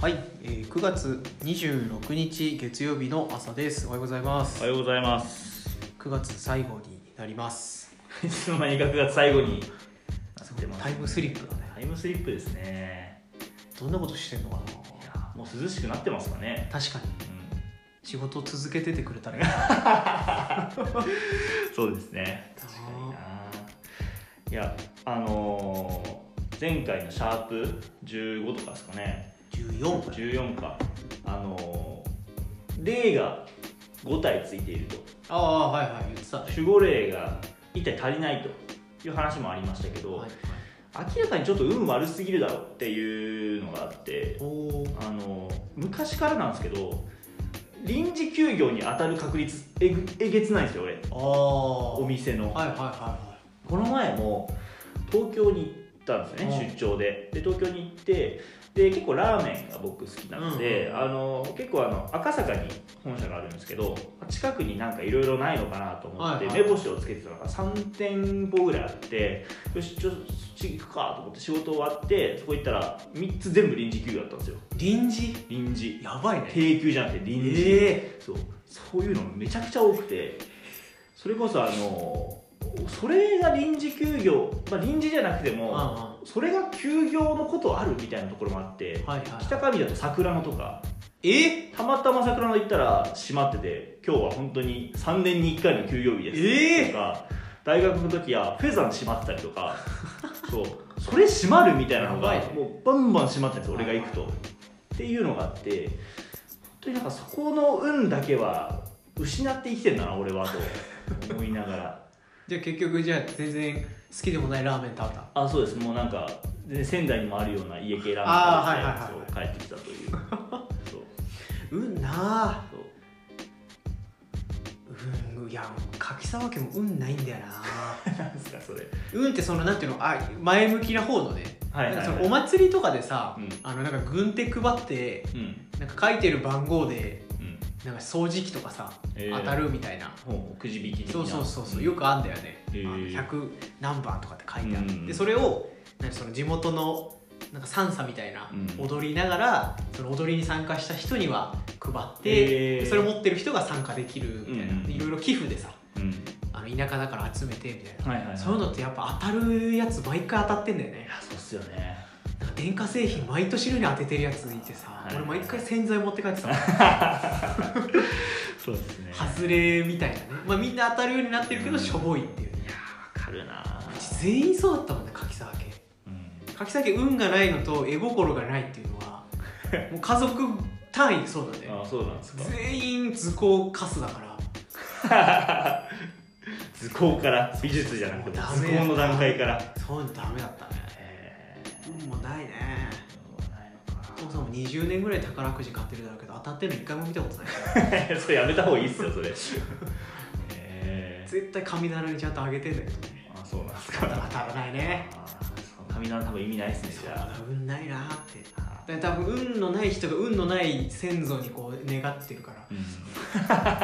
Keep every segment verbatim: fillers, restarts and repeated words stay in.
はい、えー、くがつにじゅうろくにち月曜日の朝です。おはようございます。 おはようございます。 くがつ最後になります。 いつの間にかくがつ最後になってます、ね、 タイムスリップだね。 タイムスリップですね。 どんなことしてんのかな。いやもう涼しくなってますかね。 確かに、うん、仕事を続けててくれたらいいそうですね。確かにな。いやあのー、前回のシャープじゅうごとかですかね。 じゅうよんかじゅうよんか、あのー、霊がごたいついていると。 ああ、はいはい、言ってたね。 守護霊がいったい足りないという話もありましたけど、はいはい、明らかにちょっと運悪すぎるだろうっていうのがあって、おあの昔からなんですけど臨時休業に当たる確率えぐえげつないんですよ俺。あお店の、はいはいはいはい、この前も東京に行ったんですよね、出張で。で東京に行ってで結構ラーメンが僕好きなので、うんうん、あの結構あの赤坂に本社があるんですけど近くになんかいろいろないのかなと思って、はいはい、目星をつけてたのがさんてんぽぐらいあって、よしちょっとそっち行くかと思って仕事終わってそこ行ったらみっつ全部臨時休業だったんですよ。臨時臨時やばいね。定休じゃなくて臨時、えー、そうそういうのめちゃくちゃ多くて、それこそあのそれが臨時休業、まあ、臨時じゃなくても、ああそれが休業のことあるみたいなところもあって、はいはいはい、北上だと桜野とか、えたまたま桜野行ったら閉まってて、今日は本当にさんねんにいっかいの休業日です、えー、とか、大学の時はフェザン閉まってたりとかそうそれ閉まるみたいなのがもうバンバン閉まってるんですよ、俺が行くとっていうのがあって、本当になんかそこの運だけは失って生きてんだな俺はと思いながらじゃあ結局じゃあ全然好きでもないラーメン食べた。 あ、そうです。もうなんか仙台にもあるような家系ラーメン食べて、はいはいはい、帰ってきたというそう運なぁ。運、いや柿沢家も運ないんだよななんですかそれ。 運ってそのなんていうの、あ前向きな方のね、はいはいはい、なんかそのお祭りとかでさ、うん、あのなんか軍手配って、うん、なんか書いてる番号でなんか掃除機とかさ、えー、当たるみたいな、 くじ引き的な。そうそうそうそう、よくあんだよね、えー、ひゃく何番とかって書いてある、うん、でそれをなんかその地元のなんかサンサみたいな、うん、踊りながらその踊りに参加した人には配って、えー、それを持ってる人が参加できるみたいな、うん、いろいろ寄付でさ、うん、あの田舎だから集めてみたいな、はいはいはい、そういうのってやっぱ当たるやつ毎回当たってんだよね。いやそうっすよね。 なんか電化製品毎年のように当ててるやついてさ、はい、俺毎回洗剤持って帰ってたもんそうですね、 外れみたいなね、まあ、みんな当たるようになってるけど、うん、しょぼいっていう、ね、 いやーわかるな。 うち全員そうだったもんね、柿沢家、うん、柿沢家運がないのと絵心がないっていうのはもう家族単位でそうだね。 あ、そうなんですか。 全員図工カスだから図工から美術じゃなくて図工の段階からそういうのダメだったね。運もないね。お父さんもにじゅうねんぐらい宝くじ買ってるだろうけど当たってるのいっかいも見たことないそれやめた方がいいっすよそれえー、絶対神棚にちゃんとあげてんだけどね。 あ、そうなんですか。 当たらないね。 神棚多分意味ないっすね。 じゃあ運ないなーって。だ多分運のない人が運のない先祖にこう願ってるから、うん、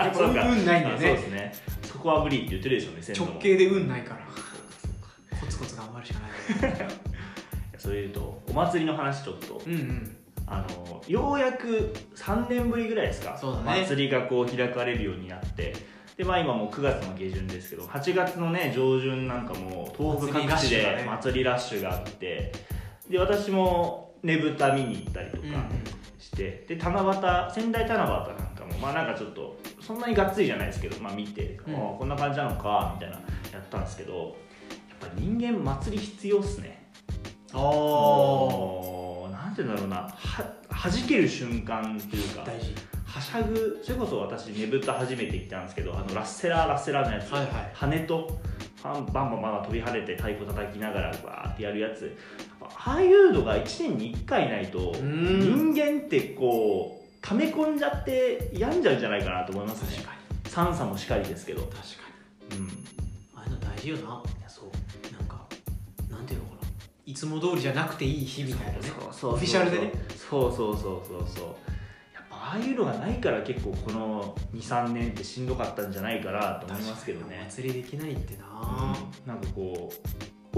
やっぱ運ないんだよね。 そうですね。そこは無理って言ってるでしょうね、先祖も。 直径で運ないからコツコツ頑張るしかないそれで言うとお祭りの話ちょっと、うんうん、あのようやくさんねんぶりぐらいですか、そうだね、祭りがこう開かれるようになって、で、まあ、今もうくがつの下旬ですけどはちがつのね上旬なんかも東北各地で祭りラッシュがあって、で私もねぶた見に行ったりとかして、うんうん、で七夕仙台七夕なんかもまあなんかちょっとそんなにがっつりじゃないですけど、まあ、見て、うん、こんな感じなのかみたいなやったんですけど、やっぱり人間祭り必要っすね。ああ、なんていうんだろうな、は弾ける瞬間っていうか、大事。はしゃぐ、それこそ私ねぶた初めて行ったんですけど、あのラッセラーラッセラーのやつ、はいはい、羽とバンバンバンバン飛び跳ねて太鼓叩きながらバーってやるやつ、ああいうのがいちねんにいっかいないと人間ってこう溜め込んじゃって病んじゃうんじゃないかなと思いますね。確かに。寒さもしかりですけど。確かに。うん。 ああいうの大事よな。いや、そう。なんかなんていうのかな。いつも通りじゃなくていい日みたいなね。オフィシャルでね。そうそうそうそうそう。 やっぱああいうのがないから結構このにさんねんってしんどかったんじゃないかなと思いますけどね。 お祭りできないってな、 うん、なんかこう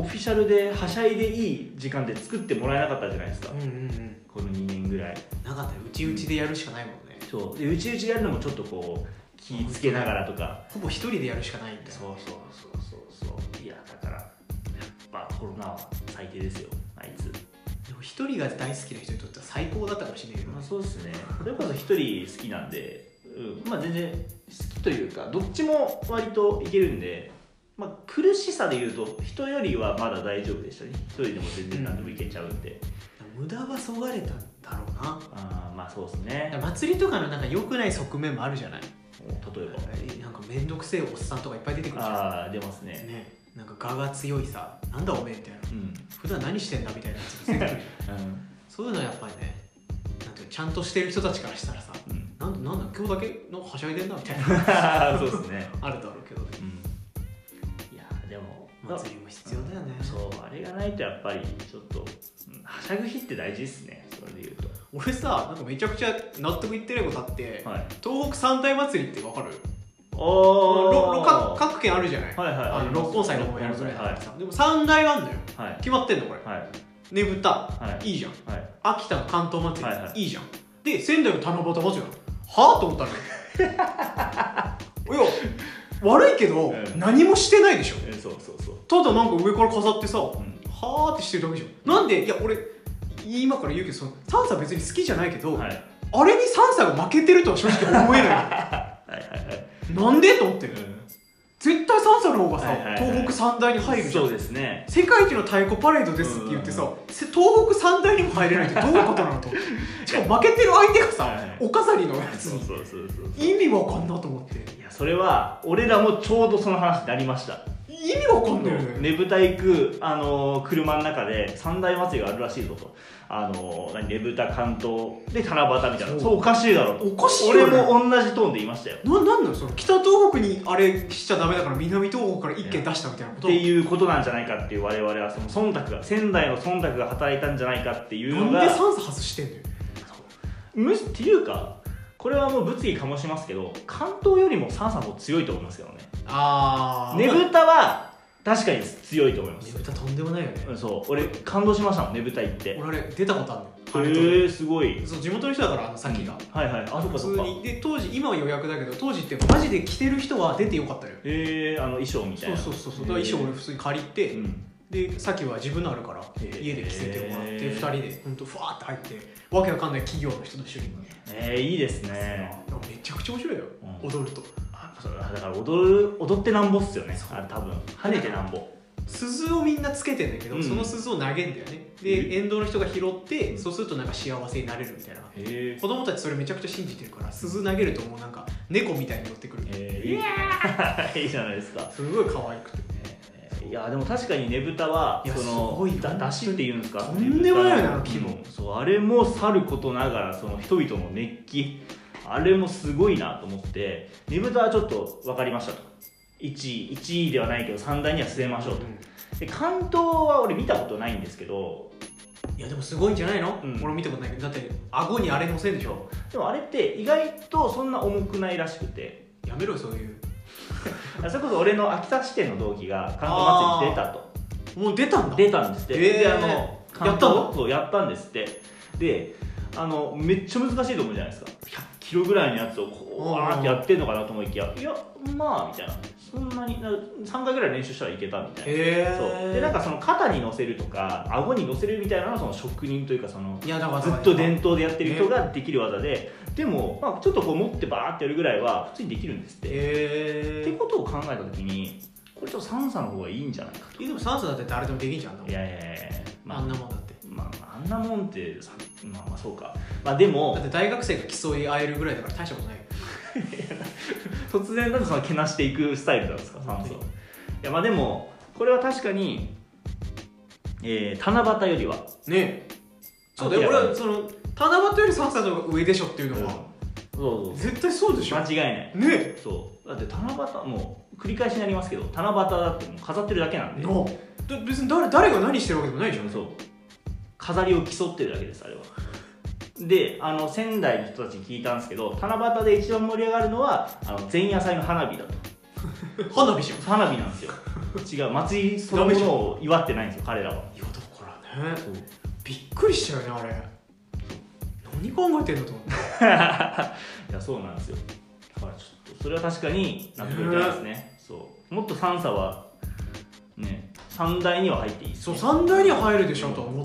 オフィシャルではしゃいでいい時間で作ってもらえなかったじゃないですか、 うんうんうん、 このにねんぐらいなかったよ。うちうちでやるしかないもんね。 そうでうちうちでやるのもちょっとこう気ぃつけながらとか、 ほぼ一人でやるしかないんだよ。 そうそうそうそうそういやだからやっぱコロナは最低ですよあいつ。 でも一人が大好きな人にとっては最高だったかもしれないけど、 まあ、そうですね。それこそ一人好きなんで、うん、まあ全然好きというかどっちも割といけるんで、まあ、苦しさでいうと人よりはまだ大丈夫でしたね。一人でも全然何でもいけちゃうんで、 うん、無駄はそがれたんだろうな。 あまあそうですね。 祭りとかのなんか良くない側面もあるじゃない。 例えばなんか面倒くせえおっさんとかいっぱい出てくるじゃん。 ああ出ますね。 ね、なんか我が強いさ、なんだおめえみたいな、うん、普段何してんだみたいなやつが出てくるじゃん、うん、そういうのはやっぱりね、なんていうちゃんとしてる人たちからしたらさ、うん、なんなんだ今日だけのはしゃいでんなみたいなそうですねあるだろうけどね、うん、 いやでも祭りも必要だよね。 そうあれがないとやっぱりちょっと、うん、はしゃぐ日って大事ですね。それでいうと俺さ、なんかめちゃくちゃ納得いってないことあって、はい、東北三大祭りって分かる？お各, 各県あるじゃない、はいはい、あの六本祭の方やるぐらいだからさ、はい、でも三大があるんだよ、はい、決まってんのこれ、はい、ねぶた、はい、いいじゃん、はい、秋田の関東祭り、はいはい、いいじゃん。で仙台の七夕祭りなのはぁと思ったのよいや悪いけど、うん、何もしてないでしょ、うん、そうそうそうただなんか上から飾ってさ、うん、はぁってしてるだけじゃん、うん、なんでいや俺今から言うけどそのサンサ別に好きじゃないけど、はい、あれにサンサが負けてるとは正直思えないはいはい、はい、なんでと思ってる、うん、絶対サンサの方がさ、はいはいはい、東北三大に入るじゃん。そうですね。世界一の太鼓パレードですって言ってさ、うんうんうん、東北三大にも入れないってどういうことなのとしかも負けてる相手がさ、はいはい、お飾りのやつに意味わかんなと思って。 いやそれは俺らもちょうどその話になりました。 意味わかんないよね。 ねぶた行く、あのー、車の中で三大祭りがあるらしいぞと、あのー、ねぶた関東で七夕みたいな、そうおかしいだろと。おかしいよね。俺も同じトーンで言いましたよ。 な、なんなのその北東北にあれしちゃダメだから南東北から一件出したみたいなことっていうことなんじゃないかっていう、我々はその忖度が仙台の忖度が働いたんじゃないかっていうのが。 なんで三差外してんのよ。 むしっていうかこれはもう物議かもしますけど、関東よりも三差も強いと思いますけどね。あねぶたは確かに強いと思います。 ねぶたとんでもないよね。 そう俺感動しましたもん、ねぶた行って。 俺あれ出たことあるの。 へえすごい。 そう地元の人だから、あのさっきが、 うん、はいはい、あそこそこ。 で当時今は予約だけど当時ってマジで着てる人は出てよかったよ。 へえあの衣装みたいな。 そうそうそうそう。だから衣装俺普通に借りて、うん、でさっきは自分のあるから家で着せてもらってふたりで本当ふわーって入ってわけわかんない企業の人と一緒に。 えー、いいですね。 めちゃくちゃ面白いよ、うん、踊ると。 あだから踊る踊ってなんぼっすよね。あれ多分跳ねてなんぼ。 鈴をみんなつけてんだけど、うん、その鈴を投げんだよね。で沿道の人が拾って、そうするとなんか幸せになれるみたいな。へ子供たちそれめちゃくちゃ信じてるから、鈴投げるともうなんか猫みたいに寄ってくる。 へいやいいじゃないですか。 すごい可愛くて。 いやでも確かにねぶたはそのだ出汁っていうんですか、 とんでもないよね、あの規模。 そうあれもさることながらその人々の熱気、あれもすごいなと思って、ねぶたはちょっと分かりましたと。いちいいちいではないけどさんだいには据えましょうと、うん、で関東は俺見たことないんですけど、 いやでもすごいんじゃないの、うん、俺見たことないけど、だって顎にあれ乗せるでしょ。 でもあれって意外とそんな重くないらしくて。 やめろよそういうそれこそ俺の秋田支店の同期が関東祭りに出たと。 もう出たんだ。 出たんですって、えー、であのやったの？ そうやったんですって。であのめっちゃ難しいと思うじゃないですか。ひゃっキロぐらいのやつをこうわーってやってんのかなと思いきや、いやまあみたいな、そんなにさんかいぐらい練習したらいけたみたいな。へそうでなんかその肩に乗せるとか顎に乗せるみたいなのはその職人というか、そのいやだからずっと伝統でやってる人ができる技で、でも、まあ、ちょっとこう持ってバーってやるぐらいは普通にできるんですって。へってことを考えた時に、これちょっとサンサの方がいいんじゃないかと。 でもサンサだって誰でもできんじゃん。 いやいやいや、 まあ、あんなもんだって、 まあ、あんなもんってさ、まあまあそうか、まあでもだって大学生が競い合えるぐらいだから大したことないよ突然なんでそのけなしていくスタイルなんですかサンサ。いやまあでもこれは確かに、えー、七夕よりはね。 そうだよ、俺はその七夕よりサンサの方が上でしょっていうのは、うん、そうそう絶対そうでしょ。 間違いないね。そうだって七夕もう繰り返しになりますけど、七夕だってもう飾ってるだけなんで、の別に 誰, 誰が何してるわけでもないでしょ。 そう飾りを競ってるだけですあれは。であの仙台の人たちに聞いたんですけど、七夕で一番盛り上がるのはあの前夜祭の花火だと花火しよう。 花火なんですよ。違う、祭りそのものを祝ってないんですよ彼らは。 いやだからね、びっくりしちゃうよねあれ。何考えてんのと思っていやそうなんですよ。だからちょっとそれは確かに納得いってないですね。そうもっとさんさはねさんだいには入っていいです、ね、 そうさんだいには入るでしょと思った。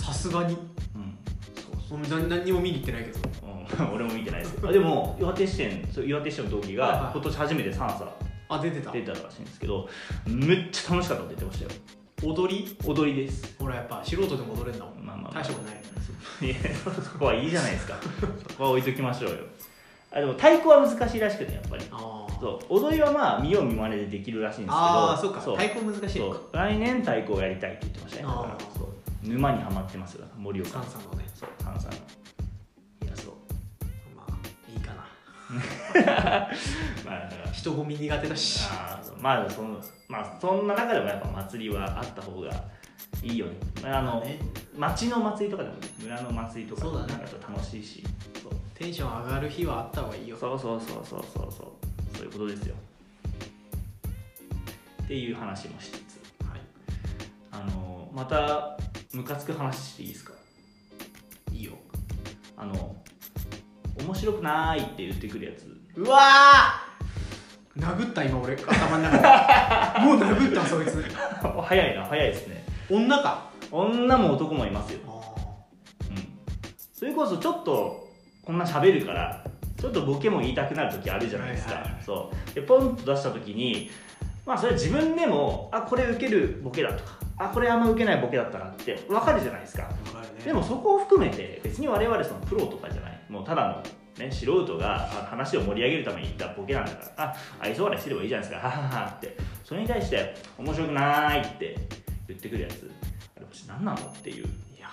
さすがに。うんそうそう何何にも見に行ってないけど、 うん、俺も見てないですけどあでも岩手支店岩手支店の同期が今年初めてさんさあ出てた出たらしいんですけど、めっちゃ楽しかったって言ってましたよ。 踊り踊りです。 ほらやっぱ素人でも踊れるんだもん。 まあまあ、まあ、 大したことないいやそこはいいじゃないですかそこは置いときましょうよ。あでも太鼓は難しいらしくてやっぱり。あそう踊りはまあ見よう見まねでできるらしいんですけど。 ああそうかそう太鼓難しいのか。 来年太鼓をやりたいって言ってましたね。だからそう沼にはまってますよ森岡さんさんのね。 そうさんさんのいやそうまあいいかなまあだから人混み苦手だし。 あまあそのまあそんな中でもやっぱ祭りはあった方がいいよね。あの、ね、町の祭りとかでも、ね、村の祭りとかなんか楽しいし、 そうテンション上がる日はあった方がいいよ。 そうそうそうそうそうそうそういうことですよっていう話もしつつ、はい、あのまたムカつく話していいですか。 いいよ。 あの面白くないって言ってくるやつ。 うわー殴った今俺頭の中でもう殴ったそいつ早いな早いですね。 女か。 女も男もいますよ。うん、それこそちょっとこんな喋るからちょっとボケも言いたくなる時あるじゃないですか、はいはいはい、そうでポンと出した時にまあそれは自分でもあこれ受けるボケだとかあこれあんま受けないボケだったなって分かるじゃないですか。分かるね。でもそこを含めて別に我々そのプロとかじゃないもうただのね、素人が話を盛り上げるために言ったボケなんだからあ愛想笑いすればいいじゃないですかはははってそれに対して面白くないって言ってくるやつあれ何なのっていう。いや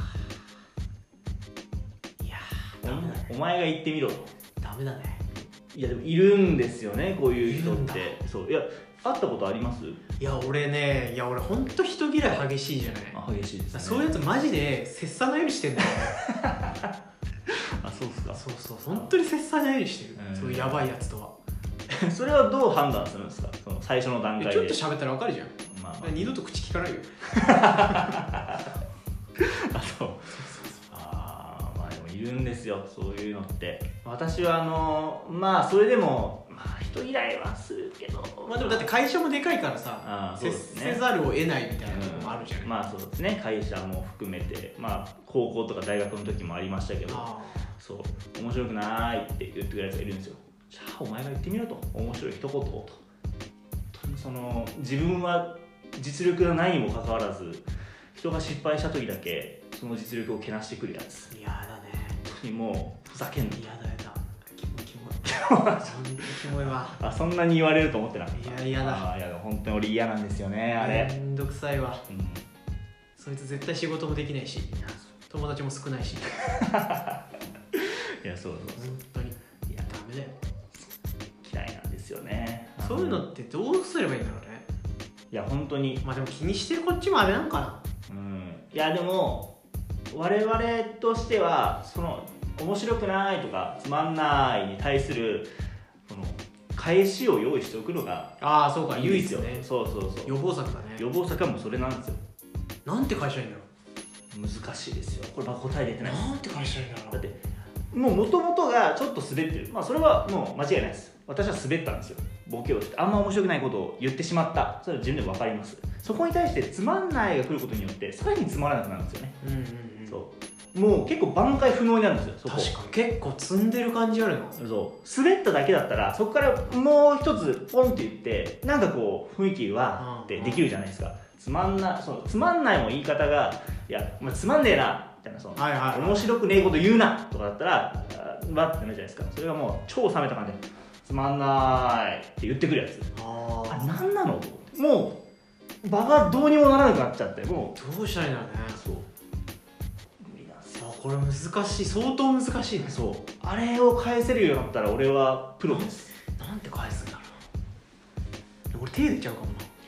いやダメだね。お前が言ってみろと。 ダメだね。 いやでもいるんですよねこういう人って。そういや会ったことあります？ いや俺ねいや俺ほんと人嫌い激しいじゃない。 あ激しいですね。 そういうやつマジで切さないようにしてんだよねあそうっすか。 そうそう本当に切さないようにしてる、そういうやばいやつとはそれはどう判断するんですかその最初の段階で。 ちょっと喋ったら分かるじゃん、まあまあ、二度と口聞かないよあそうあまあでもいるんですよそういうのって。私はあのまあそれでもまあ人嫌いはするけどまあでもだって会社もでかいからさあそうです、ね、せざるを得ないみたいなところもあるじゃない、 うん、まあそうですね会社も含めてまあ高校とか大学の時もありましたけどそう面白くないって言ってくれるやつがいるんですよ。じゃあお前が言ってみろと面白い一言をとその自分は実力がないにもかかわらず人が失敗した時だけその実力をけなしてくるやつ。 いやだね本当にもうふざけんな。 いやだやだキモいキモいキモいわあそんなに言われると思ってなかった。 いや嫌だ。 あいや本当に俺嫌なんですよねあれ。 めんどくさいわ、うん、そいつ絶対仕事もできないし友達も少ないしいやそうそうそう本当にいやダメだよ嫌いなんですよね。 そういうのってどうすればいいんだろうね。 いや本当にまあでも気にしてるこっちもあれなんかな。 うんいやでも我々としてはその面白くないとかつまんないに対するこの返しを用意しておくのがああそうか唯一よね。そうそうそう予防策だね。 予防策はもうそれなんですよ。 なんて返したらいいんだろう。難しいですよこれは答え出てないです。 なんて返したらいいんだろう。 だってもう元々がちょっと滑ってるまあそれはもう間違いないです。私は滑ったんですよボケをしてあんま面白くないことを言ってしまったそれは自分で分かります。そこに対してつまんないが来ることによってさらにつまらなくなるんですよね、うんうんうん、そうもう結構挽回不能になるんですよそこ。確かに結構積んでる感じあるの。 そう滑っただけだったらそこからもう一つポンって言ってなんかこう雰囲気はってできるじゃないですか、うんうん、つまんなそのつまんないも言い方がいや、まあ、つまんねえなみたいなその、はいはいはい、面白くねえこと言うなとかだったらわってなるじゃないですか。それがもう超冷めた感じでつまんないって言ってくるやつ。ああ何なのともう場がどうにもならなくなっちゃってもうどうしたらいいんだろうね。 そう無理なんですよこれ難しい相当難しいね。 そうあれを返せるようになったら俺はプロです。 なんて返すんだろう。俺手出ちゃうかも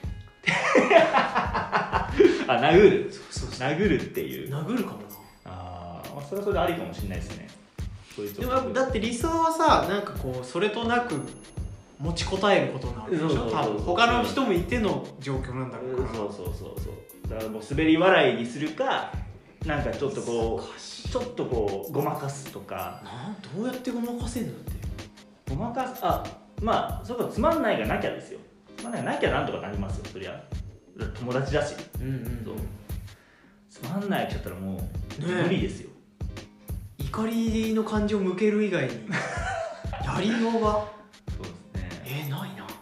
なあ殴るそうそうそう殴るっていう殴るかもなああそれはそれでありかもしれないですね。 でもだって理想はさなんかこうそれとなく持ちこたえることになるでしょ。多分他の人もいての状況なんだろうから。 そうそうそうそうだからもう滑り笑いにするかなんかちょっとこうちょっとこうごまかすとか。 なんどうやってごまかせんのって。 ごまかすあまあそこつまんないがなきゃですよ。つまんないがなきゃなんとかなりますよそりゃ。友達だし。うんうん、そうつまんないって言ったらもう無理ですよ。ね、 怒りの感情を向ける以外にやりようが。 そうですね。 えー、ないな。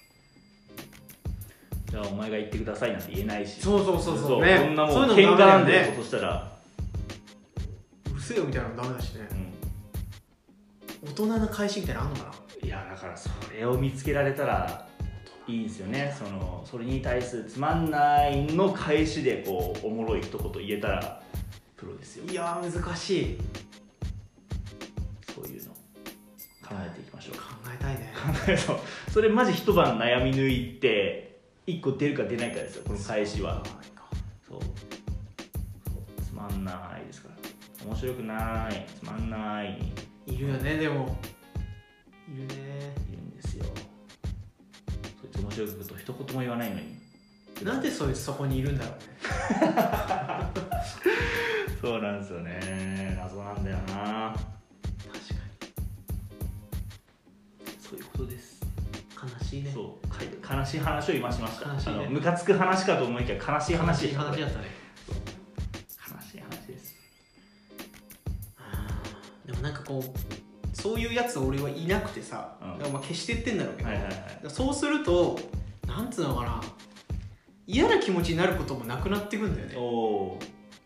じゃあお前が言ってくださいなんて言えないし。 そうそうそうそう、 ね、そんなもん喧嘩なんでことしたらうるせえよみたいなのダメだしね、うん、大人な返しみたいなのあんのかな。 いやだからそれを見つけられたらいいんですよね。そのそれに対するつまんないの返しでこうおもろい一言言えたらプロですよ。 いやー難しい。 そういうの考えていきましょう。 考えたいね。 考えそうそれマジ一晩悩み抜いて一個出るか出ないかですよこの返しは。そうそうつまんないですから面白くないつまんないいるよね。でもいるね。 いるんですよ。そいつ面白く言うと一言も言わないのになんでそいつそこにいるんだろうね。 そうなんですよね。謎なんだよな。確かにそういうことです。 悲しいね。 そう悲しい話を今しました。 悲しいね。 あのムカつく話かと思いきや悲しい話悲しい話だったね。 悲しい話です。 でもなんかこうそういうやつ俺はいなくてさ、うん、だからまあ消してってんだろうけど、はいはいはい、そうするとなんつうのかな嫌な気持ちになることもなくなってくんだよね。お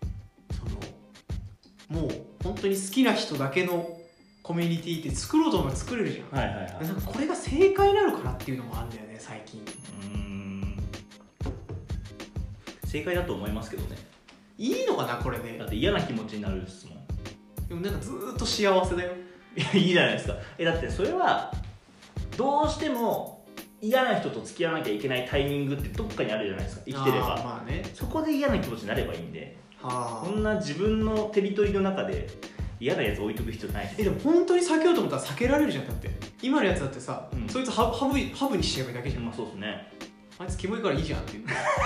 そのもう本当に好きな人だけのコミュニティって作ろうと思えば作れるじゃん、はいはいはい、なんかこれが正解なのかなっていうのもあるんだよね最近。うーん正解だと思いますけどね。 いいのかなこれで。 だって嫌な気持ちになるですもん。 でもなんかずーっと幸せだよ。 いやいいじゃないですか。えだってそれはどうしても嫌な人と付き合わなきゃいけないタイミングってどっかにあるじゃないですか生きてれば。 まあね、 そこで嫌な気持ちになればいいんで、はあ、こんな自分のテリトリーの中で嫌なやつ置いとく必要ないです。 えでも本当に避けようと思ったら避けられるじゃん。だって今のやつだってさ、うん、そいつハブ、ハブ、ハブにしちゃえばいいだけじゃん、 まあ、そうですね。 あいつキモいからいいじゃんっていう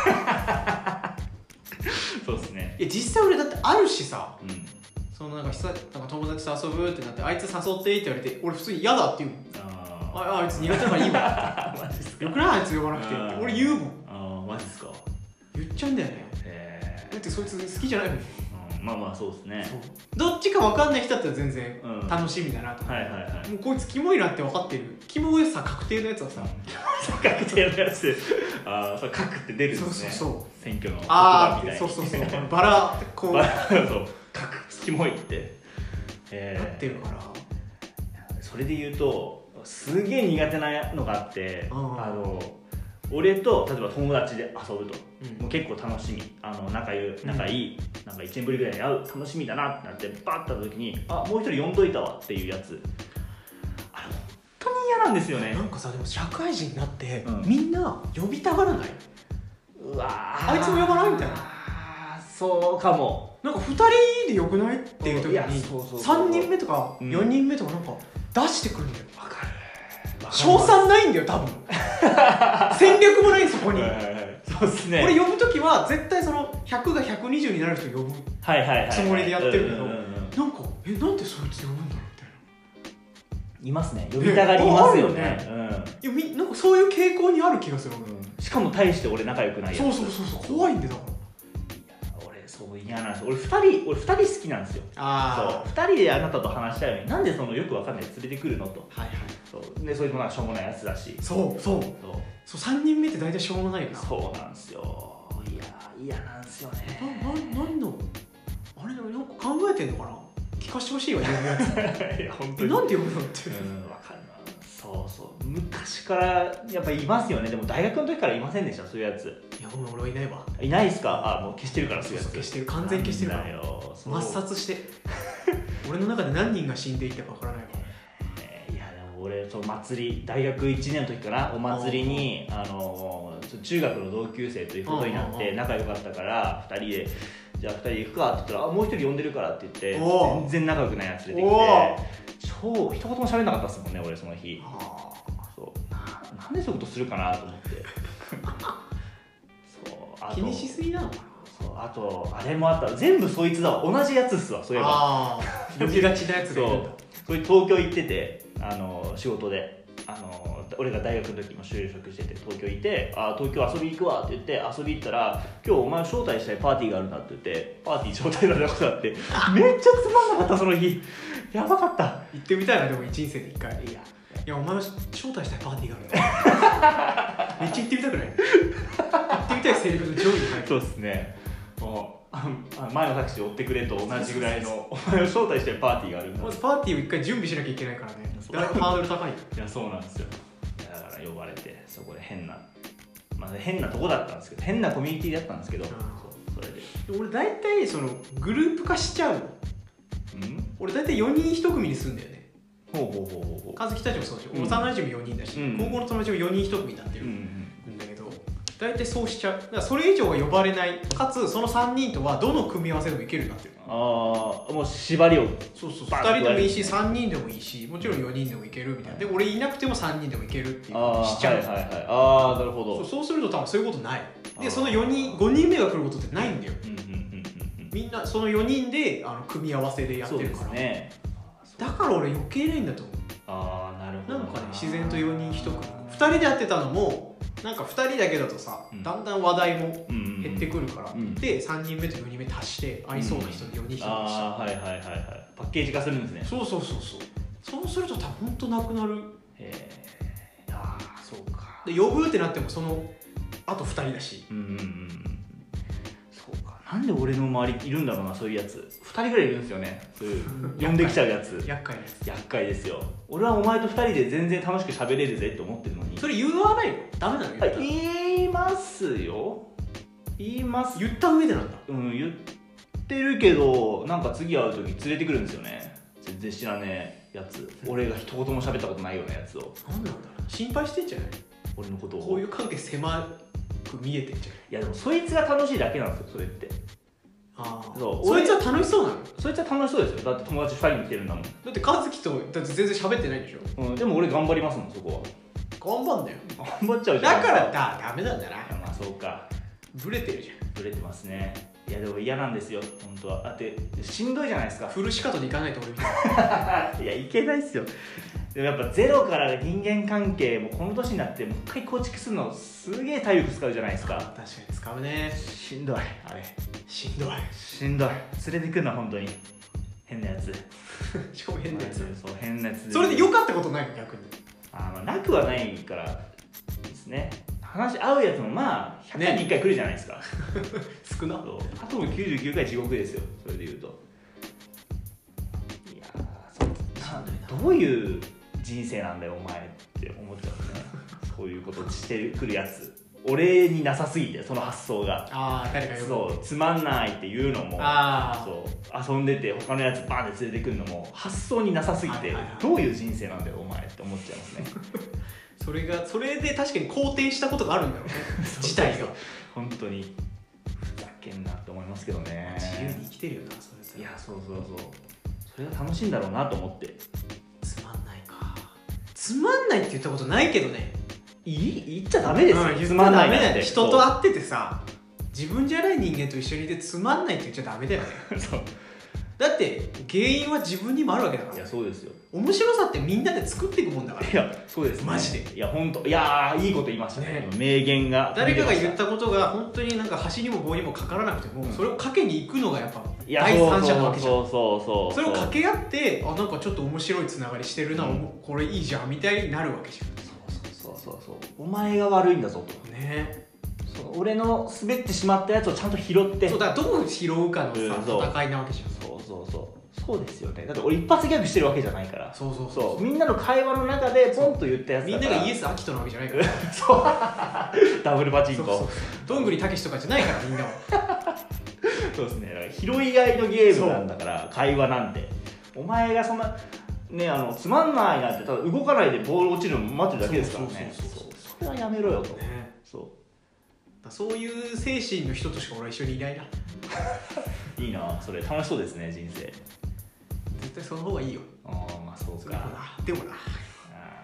そうですね。 いや実際俺だってあるしさ、うん、そのなんか久なんか友達と遊ぶってなってあいつ誘ってって言われて俺普通に嫌だって言うもん。ああ、あいつ苦手だからいいわマジっすか。よくないあいつ呼ばなくてって俺言うもん。 ああマジっすか。 言っちゃうんだよね。へえ。だってそいつ好きじゃないもん。 まあまあそうですね。 どっちか分かんない人だったら全然楽しみだなと思って、うんはいはいはい、もうこいつキモいなって分かってるキモいさ確定のやつはさ、 うん、確定のやつああそれ確って出るんですね。そうそうそう選挙の言葉みたいに。ああそうそうそうバラこうそう確キモいってえー、なってるから。 それで言うとすげえ苦手なのがあって、うん、あの俺と例えば友達で遊ぶと、うん、もう結構楽しみあの仲良仲いい、うん、なんかいちねんぶりぐらいに会う楽しみだなってなってバッと会った時にあもう一人呼んどいたわっていうやつあれ本当に嫌なんですよね。 なんかさでも社会人になって、うん、みんな呼びたがらない。うわあいつも呼ばないみたいな。 そうかも。 なんかふたりでよくないっていう時にさんにんめとかよにんめとかなんか出してくるんだよ。わかる。賞賛ないんだよ多分戦略もないそこに。 そうですね。 俺呼ぶ時は絶対そのひゃくがひゃくにじゅうになる人呼ぶつもりでやってるけどなんかえなんでそいつ呼ぶんだろうみたいな。 いますね呼びたがりいますよね。 いやみなんかそういう傾向にある気がする。 しかも大して俺仲良くないやつ。 そうそうそうそう怖いんでだから。 そう嫌なんです俺ふたり俺ふたり好きなんですよ。あそうふたりであなたと話したいのになんでそのよくわかんない連れてくるのと。はいはい。そうでそれもなんかしょうもないやつだし。そうそうそうそうさんにんめって大体しょうもないよな。そうなんですよ。いや嫌なんですよね。なな何のあれなんか考えてんのかな聞かしてほしいわ呼ぶやつ。いや本当になんで呼ぶのってうんわかるな。そうそう昔からやっぱいますよね。でも大学の時からいませんでしたそういうやつ。いや俺はいないわ。いないっすか。あもう消してるからそういうやつ。消してる完全に消してるからよ。抹殺して俺の中で何人が死んでいったかわからないわ。えー、いやでも俺その祭り大学いちねんの時かなお祭りにあの中学の同級生ということになって仲良かったからふたりでじゃあふたりで行くかって言ったらあもう一人呼んでるからって言って全然仲良くないやつ出てきて超一言も喋んなかったっすもんね俺その日。そうなんでそういうことするかなと思ってそうあと気にしすぎなのかな。 そうあとあれもあった全部そいつだわ同じやつっすわそういえばああ呼びがちなやつがいるんだ。 そうそれ東京行っててあの仕事であの俺が大学の時も就職してて東京いてあ東京遊び行くわって言って遊び行ったら今日お前を招待したいパーティーがあるんだって言ってパーティー招待されたことがあってめっちゃつまんなかったその日やばかった。 行ってみたいなでも人生で一回。いやいやお前を招待したいパーティーがあるめっちゃ行ってみたくない行ってみたいセリフの上位に入る。 そうですねもうあ前のタクシー追ってくれと同じぐらいのお前を招待したいパーティーがあるんだ。 まずパーティーを一回準備しなきゃいけないからね。だいぶハードル高い。いやそうなんですよ。だから呼ばれてそこで変なまあ変なとこだったんですけど変なコミュニティだったんですけど、そうそれで俺大体そのグループ化しちゃうの。うん俺大体よにんいち組にするんだよね。 ほうほうほうほうほう。 和樹たちもそうでしょ、うん、幼馴染よにんだし、うん、高校の友達もよにんいち組になってるんだけど、うんうん、大体そうしちゃう。だからそれ以上は呼ばれないかつそのさんにんとはどの組み合わせでもいけるようになってる。 ああもう縛りをそうそうふたりでもいいしさんにんでもいいしもちろんよにんでもいけるみたいな。で俺いなくてもさんにんでもいけるっていう風にしちゃう。 はいはいはい、ああなるほど。 そう、そうすると多分そういうことないでそのよにんごにんめが来ることってないんだよ、うんうんうんうん、みんなそのよにんであの組み合わせでやってるから。そうですね。だから俺余計ないんだと思う。 ああなるほどなんかね自然とよにんいち組ふたりでやってたのもなんかふたりだけだとさ、うん、だんだん話題も減ってくるから、うんうんうん、でさんにんめとよにんめ足して合いそうな人でよにんいち組にした、うん、 あはいはいはいはいパッケージ化するんですね。 そうそうそうそうそうすると多分ほんとなくなる。へえああそうか。 で呼ぶってなってもそのあとふたりだし、 うんうんうんそうか。なんで俺の周りいるんだろうなそういうやつふたりぐらいいるんですよね。そういう呼んできちゃうやつ厄介なやつ。 厄介ですよ。俺はお前とふたりで全然楽しく喋れるぜって思ってるのにそれ言わないのダメなの。 言いますよ言います。 言った上でなんだ。 うん言ってるけどなんか次会う時連れてくるんですよね。全然知らねえやつ俺が一言も喋ったことないようなやつを。 なんなんだろう心配してんじゃない俺のことを。 こういう関係狭く見えてんじゃない。 いやでもそいつが楽しいだけなんですよそれって。 ああそうそいつは楽しそうなの。 そいつは楽しそうですよ。だって友達ふたりに来てるんだもん。だって和樹とだって全然喋ってないんでしょ、 うん、でも俺頑張りますもんそこは。頑張んだよ。 頑張っちゃうじゃん。 だからだダメなんだな。 まあそうかブレてるじゃん。 ブレてますね。いやでも嫌なんですよ本当は。だってしんどいじゃないですか。 フルシカトで行かないと俺みたいな。 いやいけないっすよ。でもやっぱゼロから人間関係もこの年になってもう一回構築するのすげえ体力使うじゃないですか。 確かに使うね。 しんどいあれしんどいしんどい。連れてくんな本当に変なやつしかも変なやつ。 そう変なやつ。 それで良かったことないの逆に。 あまあなくはないからですね。話合うやつもまあひゃっかいにいっかい来るじゃないですか、ね、 少な。 あともきゅうじゅうきゅうかい地獄ですよそれで言うと。いやそうどういう人生なんだよお前って思っちゃうねそういうことしてくるやつ俺になさすぎてその発想が。 ああ誰か呼ぶ。 そうつまんないっていうのもあそう遊んでて他のやつバーンって連れてくるのも発想になさすぎて、はいはいはい、どういう人生なんだよお前って思っちゃいますねそれがそれで確かに肯定したことがあるんだろうね自体が本当にふざけんなって思いますけどね。 自由に生きてるよなそれ。 いやそうそうそうそれが楽しいんだろうなと思って。 つまんないか。つまんないって言ったことないけどね。 い言っちゃダメですよ、うん、 つまんないなんて。人と会っててさ自分じゃない人間と一緒にいてつまんないって言っちゃダメだよねそうだって原因は自分にもあるわけだから。 いやそうですよ。 面白さってみんなで作っていくもんだから。 いやそうです、ね、 マジで。 いや本当いやいいこと言いましたね、ね名言が。 誰かが言ったことが本当になんか端にも棒にもかからなくても、うん、それをかけに行くのがやっぱ第三者なわけじゃん。 そうそうそうそうそれを掛け合ってあなんかちょっと面白いつながりしてるな、うん、これいいじゃんみたいになるわけじゃん。 そうそうそうそうお前が悪いんだぞとね。 そう俺の滑ってしまったやつをちゃんと拾って。 そうだからどう拾うかのさ、うん、戦いなわけじゃん。 そうそうそうそうですよね。だって俺一発ギャグしてるわけじゃないから。 そうそうそうそうみんなの会話の中でポンと言ったやつだから。 みんながイエス・アキトなわけじゃないからそうダブルパチンコ。そうそうどんぐりたけしとかじゃないからみんなはそうですね。だから拾い合いのゲームなんだから会話なんてお前がそんなねあのつまんないなってただ動かないでボール落ちるの待ってるだけですからね。そうそうそうそうそれはやめろよと、ね、そうそういう精神の人としか俺は一緒にいないな。 いいなそれ楽しそうですね人生。 絶対その方がいいよ。 ああまあそうか。 でもな。 あいや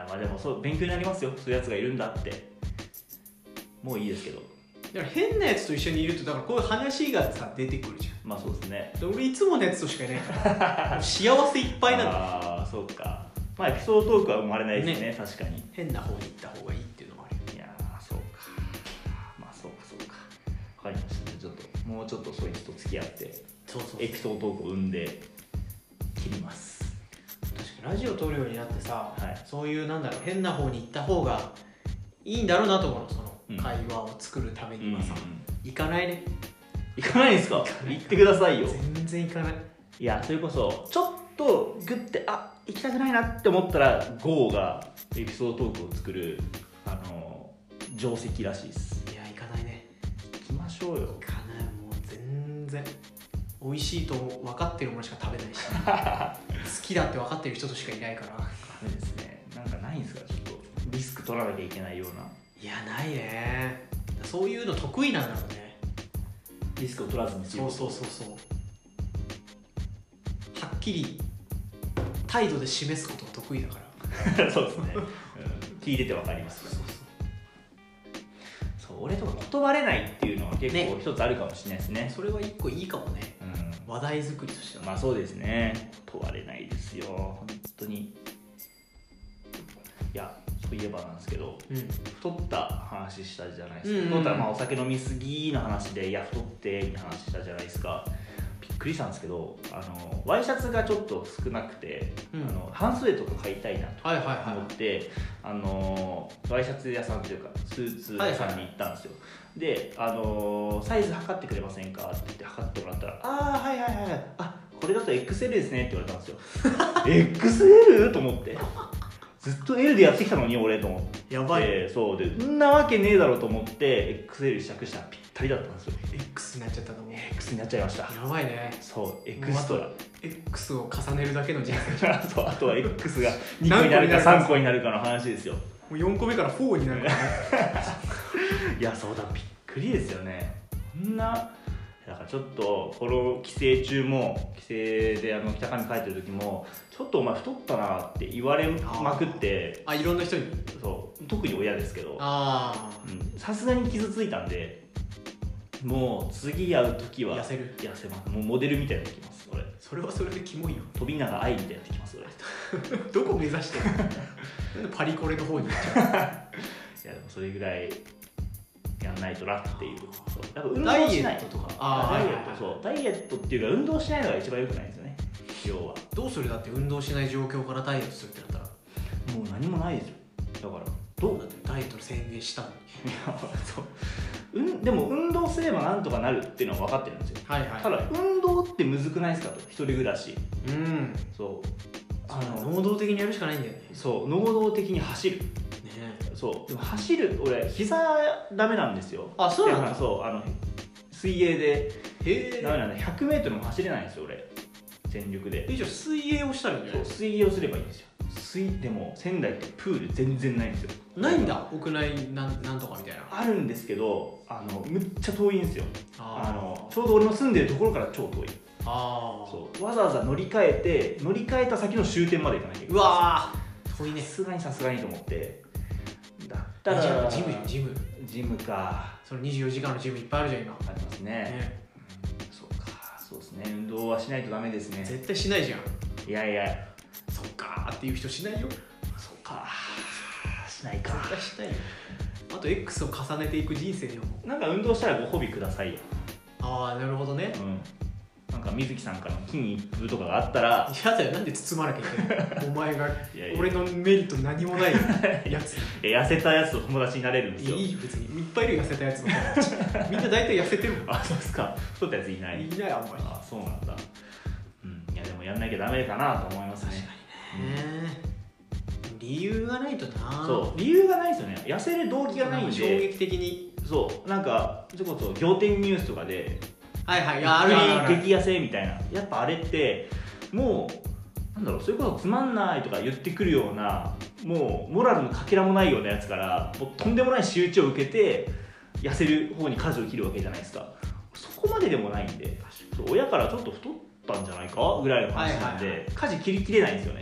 まあでもそう勉強になりますよ、そういうやつがいるんだって。もういいですけど、 だから変なやつと一緒にいるとだからこういう話がさ出てくるじゃん。 まあそうですね。 で俺いつものやつとしかいないから幸せいっぱいなんだ。 ああそうか。まあエピソードトークは生まれないですね、ね、確かに変な方に行った方がいいっていうのもある。 いやそうか、まあそうかそうか、分かりました。ちょっともうちょっとそいつと付き合ってそうそうそうエピソードトークを生んで切ります。 確かにラジオ撮るようになってさ、 はい、 そういうなんだろう変な方に行った方がいいんだろうなと思うの、その会話を作るためにはさ、うんうんうん、行かないね。 行かないんですか？行ってくださいよ。 全然行かない。 いやそれこそちょっとグッてあ行きたくないなって思ったら ゴー がエピソードトークを作るあの定石らしいです。 いや行かないね。 行きましょうよ。 行かない。もう全然美味しいと分かってるものしか食べないし好きだって分かってる人としかいないから。 ダメですね。なんかないんですか？ちょっとリスク取らなきゃいけないような。 いやないね。そういうの得意なんだろうね。 リスクを取らずに。 そうそうそうそう。はっきり態度で示すことが得意だからそうですね、うん、聞いてて分かります。そうそうそうそう、俺とか断れないっていうのは結構一つあるかもしれないですね。 ね、それは一個いいかもね、うん、話題作りとしては。 まあそうですね、断れないですよ本当に。いやそういえばなんですけど、うん、太った話したじゃないですか、うんうん、太ったらまあお酒飲みすぎの話で、いや太ってみたいな話したじゃないですか。びっくりしたんですけど、あのワイシャツがちょっと少なくて、うん、あの半袖とか買いたいなと思って、はいはいはい、あのワイシャツ屋さんというかスーツ屋さんに行ったんですよ、はいはい、で、あのサイズ測ってくれませんかって言って測ってもらったら、ああはいはいはい、あこれだと エックスエル ですねって言われたんですよエックスエル と思って、ずっと エル でやってきたのに俺と思って、やばい、そうで、んなわけねえだろうと思って エックスエル 試着したらぴったりだったんですよ。 X になっちゃったのも X になっちゃいました。 やばいね。 そうエクストラ X を重ねるだけの人生そうあとは X がにこになるかさんこになるかの話ですよ。もうよんこめからよんになるからねいやそうだ、びっくりですよね。こんなだからちょっとこの帰省中も帰省であの北上帰ってる時もちょっとお前太ったなって言われまくって、 あいろんな人に、 そう特に親ですけど、さすがに傷ついたんで、もう次会う時は痩せる痩せます。もうモデルみたいになってきます。俺それはそれでキモいよ。 飛永愛みたいになってきます俺どこ目指してるのなんでパリコレの方に行っちゃういやでもそれぐらいやんないとなっていう。そう運動しないとか、 あダイエット、そうダイエットっていうか運動しないのが一番良くないんですよね。要はどうする？だって運動しない状況からダイエットするってなったらもう何もないですよ。だからどうなってダイエットの宣言したのにそう、うん、でも運動すればなんとかなるっていうのは分かってるんですよ、はいはい、ただ運動ってむずくないですかと、一人暮らし、うん、そうあの能動的にやるしかないんだよね。 そう能動的に走る、ね、そうでも走る俺膝ダメなんですよ。 あ、そうなんだ。 そうあの水泳でダメなんで ひゃくメートル も走れないんですよ俺全力で。 えじゃあ水泳をしたらいいんだよ。 そう水泳をすればいいんですよ。水でも仙台ってプール全然ないんですよ。 ないんだ。屋内なんなんとかみたいなあるんですけど、あのむっちゃ遠いんですよ。あのちょうど俺の住んでるところから超遠い。あそうわざわざ乗り換えて乗り換えた先の終点まで行かなきゃいけない。うわー遠いね。さすがにさすがにと思って。だったらジムジムジムか。 そのにじゅうよじかんのジムいっぱいあるじゃん今。 ありますね。ね、うん、そうかそうですね。運動はしないとダメですね。 絶対しないじゃん。 いやいやそっかーっていう人しないよ。 そっかしないか。 絶対しないよ。あと X を重ねていく人生でもなんか運動したらご褒美くださいよ。 ああなるほどね。うんなんか水木さんからの金一封とかがあったら嫌だよ。なんで包まなきゃいけないお前が俺のメリット何もないやつ痩せたやつと友達になれるんですよ。 いい別にいっぱいいる痩せたやつの友達みんな大体痩せてるもん。 あそうですか。太ったやついない。 いないあんまり。 あそうなんだ。うんいやでもやんなきゃダメかなと思いますね。 確かにね、うん、理由がないとな。 そう理由がないですよね。痩せる動機がないんで。 衝撃的にそうなんかそれこそ仰天ニュースとかではいはいある激痩せみたいな、やっぱあれってもうなんだろうそれこそつまんないとか言ってくるようなもうモラルのかけらもないようなやつからもうとんでもない仕打ちを受けて痩せる方に舵を切るわけじゃないですか。そこまででもないんで親からちょっと太ったんじゃないかぐらいの話なんで、はいはいはい、舵切りきれないんですよね。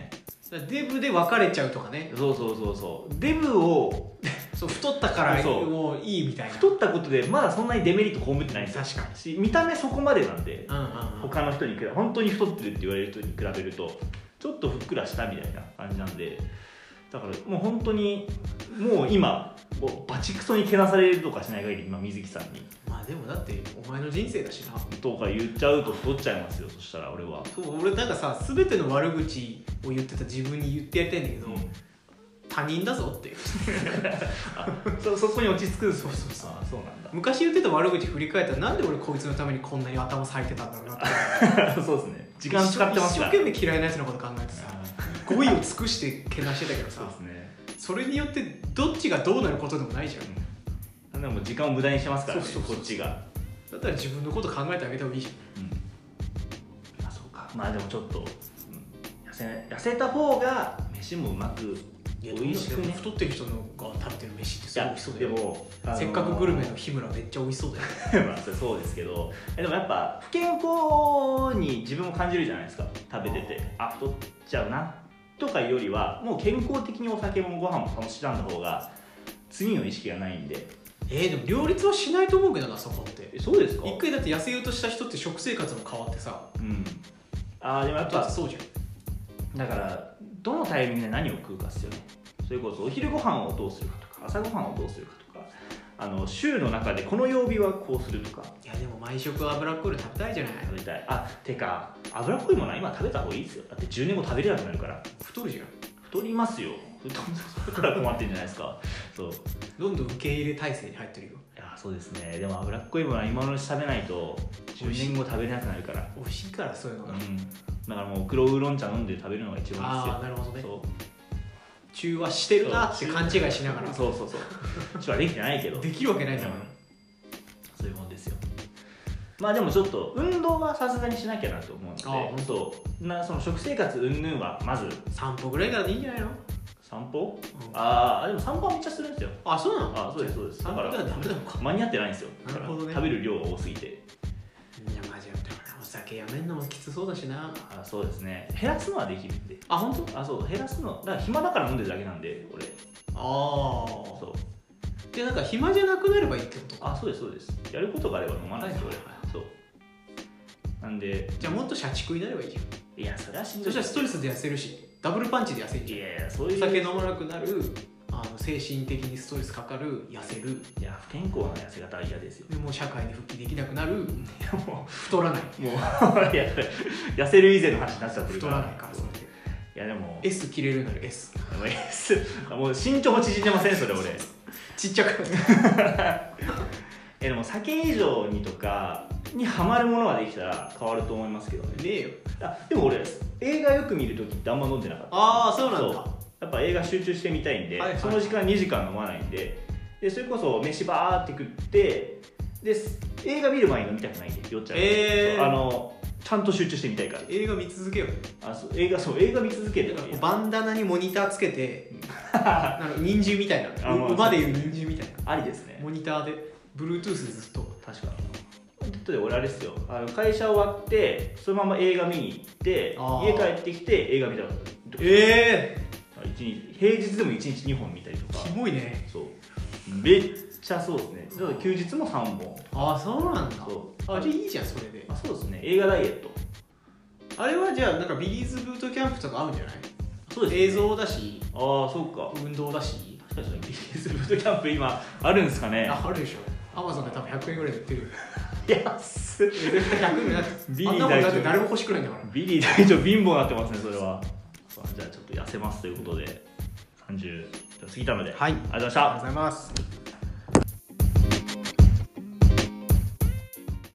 デブで別れちゃうとかね。 そうそうそうそう、デブをそう太ったからもういいみたいな。 太ったことでまだそんなにデメリット被ってないんですよ。 確かにし見た目そこまでなんで、 うんうんうん、 他の人に比べ本当に太ってるって言われる人に比べるとちょっとふっくらしたみたいな感じなんで、だからもう本当にもう今もうバチクソにけなされるとかしない限り今水木さんにまあでもだってお前の人生だしなとか言っちゃうと太っちゃいますよ。そしたら俺はそう俺なんかさ全ての悪口を言ってた自分に言ってやりたいんだけど、うん、他人だぞってあ そ, そこに落ち着く。 そうそうそう。 あそうなんだ。 昔言ってた悪口振り返ったらなんで俺こいつのためにこんなに頭割いてたんだろうなってそうですね、時間使ってますから一生懸命嫌いなやつのこと考えてさ語彙を尽くしてけなしてたけどさ、 そうですね、 それによってどっちがどうなることでもないじゃん、 うん、でも時間を無駄にしてますからね。そうそうそうそう、こっちがだったら自分のこと考えてあげた方がいいじゃん、うん、 まあそうか。まあでもちょっと、うん、痩せ、痩せた方が飯もうまく美味しくね。 太ってる人のが食べてる飯ってすごい美味しそうだよ。 でも、あのー、 せっかくグルメの日村めっちゃ美味しそうだよまあそうですけど、でもやっぱ不健康に自分も感じるじゃないですか。食べててあ太っちゃうなとかいうよりはもう健康的にお酒もご飯も楽しんだ方が次の意識がないんで。 えー、でも両立はしないと思うけどな、そこって。 えそうですか。 一回だって痩せようとした人って食生活も変わってさ、 うん、ああでもやっぱそうじゃん。だからどのタイミングで何を食うかっすよね。それこそお昼ご飯をどうするかとか朝ご飯をどうするかとか、あの週の中でこの曜日はこうするとか。 いやでも毎食脂っこいの食べたいじゃない。 食べたい。あてか脂っこいものは今食べた方がいいですよ。だってじゅうねんご食べれなくなるから。 太るじゃん。 太りますよ。太るから困ってんじゃないですか。そうどんどん受け入れ体制に入ってるよ。 いやそうですね。でも脂っこいものは今のうち食べないとじゅうねんご食べれなくなるから。 美味しいからそういうのが、うん、 だからもう黒ウーロン茶飲んで食べるのが一番ですよ。 ああなるほどね。 そう中和してるなって勘違いしながら。 そうそうそう中和できてないけどできるわけないじゃん、うん、 そういうもんですよ。まあでもちょっと運動はさすがにしなきゃなと思うので、あ本当なその食生活云々はまず散歩ぐらいからでいいんじゃないの。 散歩、うん、ああでも散歩はめっちゃするんですよ。 あそうなの。 あそうですそうです。 だからダメなのか。 間に合ってないんですよ。 なるほどね。 食べる量が多すぎて。 いやマジでお酒やめんのもきつそうだしな。 あそうですね。減らすのはできるんで。 あ本当。 あそう減らすのだから暇だから飲んでるだけなんで俺。 ああそうでなんか暇じゃなくなればいいってことか。 あそうですそうです。やることがあれば飲まないですよ、はいはいはい、そうなんでじゃあもっと社畜になればいいじゃん。 いやそれはしんどい。 そしたらストレスで痩せるしダブルパンチで痩せるじゃん。 いやいやそういうお酒飲まなくなる、あの精神的にストレスかかる、痩せる。 いや不健康な痩せ方は嫌ですよ。 でもう社会に復帰できなくなる。いやもう太らない。もういや痩せる以前の話になっちゃってるから。太らないからそれで。 いやでも S 切れるなら S。 でも S もう身長も縮んでませんそれ俺。 ちっちゃく。 えでも酒以上にとかにハマるものができたら変わると思いますけどね。 ねえよ。 あでも俺映画よく見るときってあんま飲んでなかった。 ああそうなんだ。 やっぱ映画集中してみたいんで、はいはい、その時間にじかん飲まないんで、でそれこそ飯バーって食ってで映画見る前に飲みたくないんで酔っちゃう。えー、あのちゃんと集中してみたいから。 映画見続けよう。 あそう映画そう映画見続ける。 バンダナにモニターつけてなんか忍獣みたいな馬でいう忍獣みたいなありですね。 モニターで Bluetooth でずっと。 確かにだって俺あれですよ、あの会社終わってそのまま映画見に行って家帰ってきて映画見たことええー、平日でもいちにちにほん見たりとか。 キモいね。 そうめっちゃそうですね。だから休日もさんぼん。 ああそうなんだ。 そうあじゃあいいじゃんそれで。 あそうですね。映画ダイエットあれはじゃあなんかビリーズブートキャンプとか合うんじゃない。 そうです、ね、 映像だしああそうか運動だし。 確かにビリーズブートキャンプ今あるんですかね。 ああるでしょ。アマゾンで多分ひゃくえんぐらいで売ってる。 安っ。 絶対ひゃくえんだってビリー大丈夫だって誰も欲しくないんだから。 ビリー大丈夫貧乏になってますねそれは。じゃあちょっと痩せますということでさんじゅう過ぎたので、 はい、 ありがとうございました。 ありがとうございます。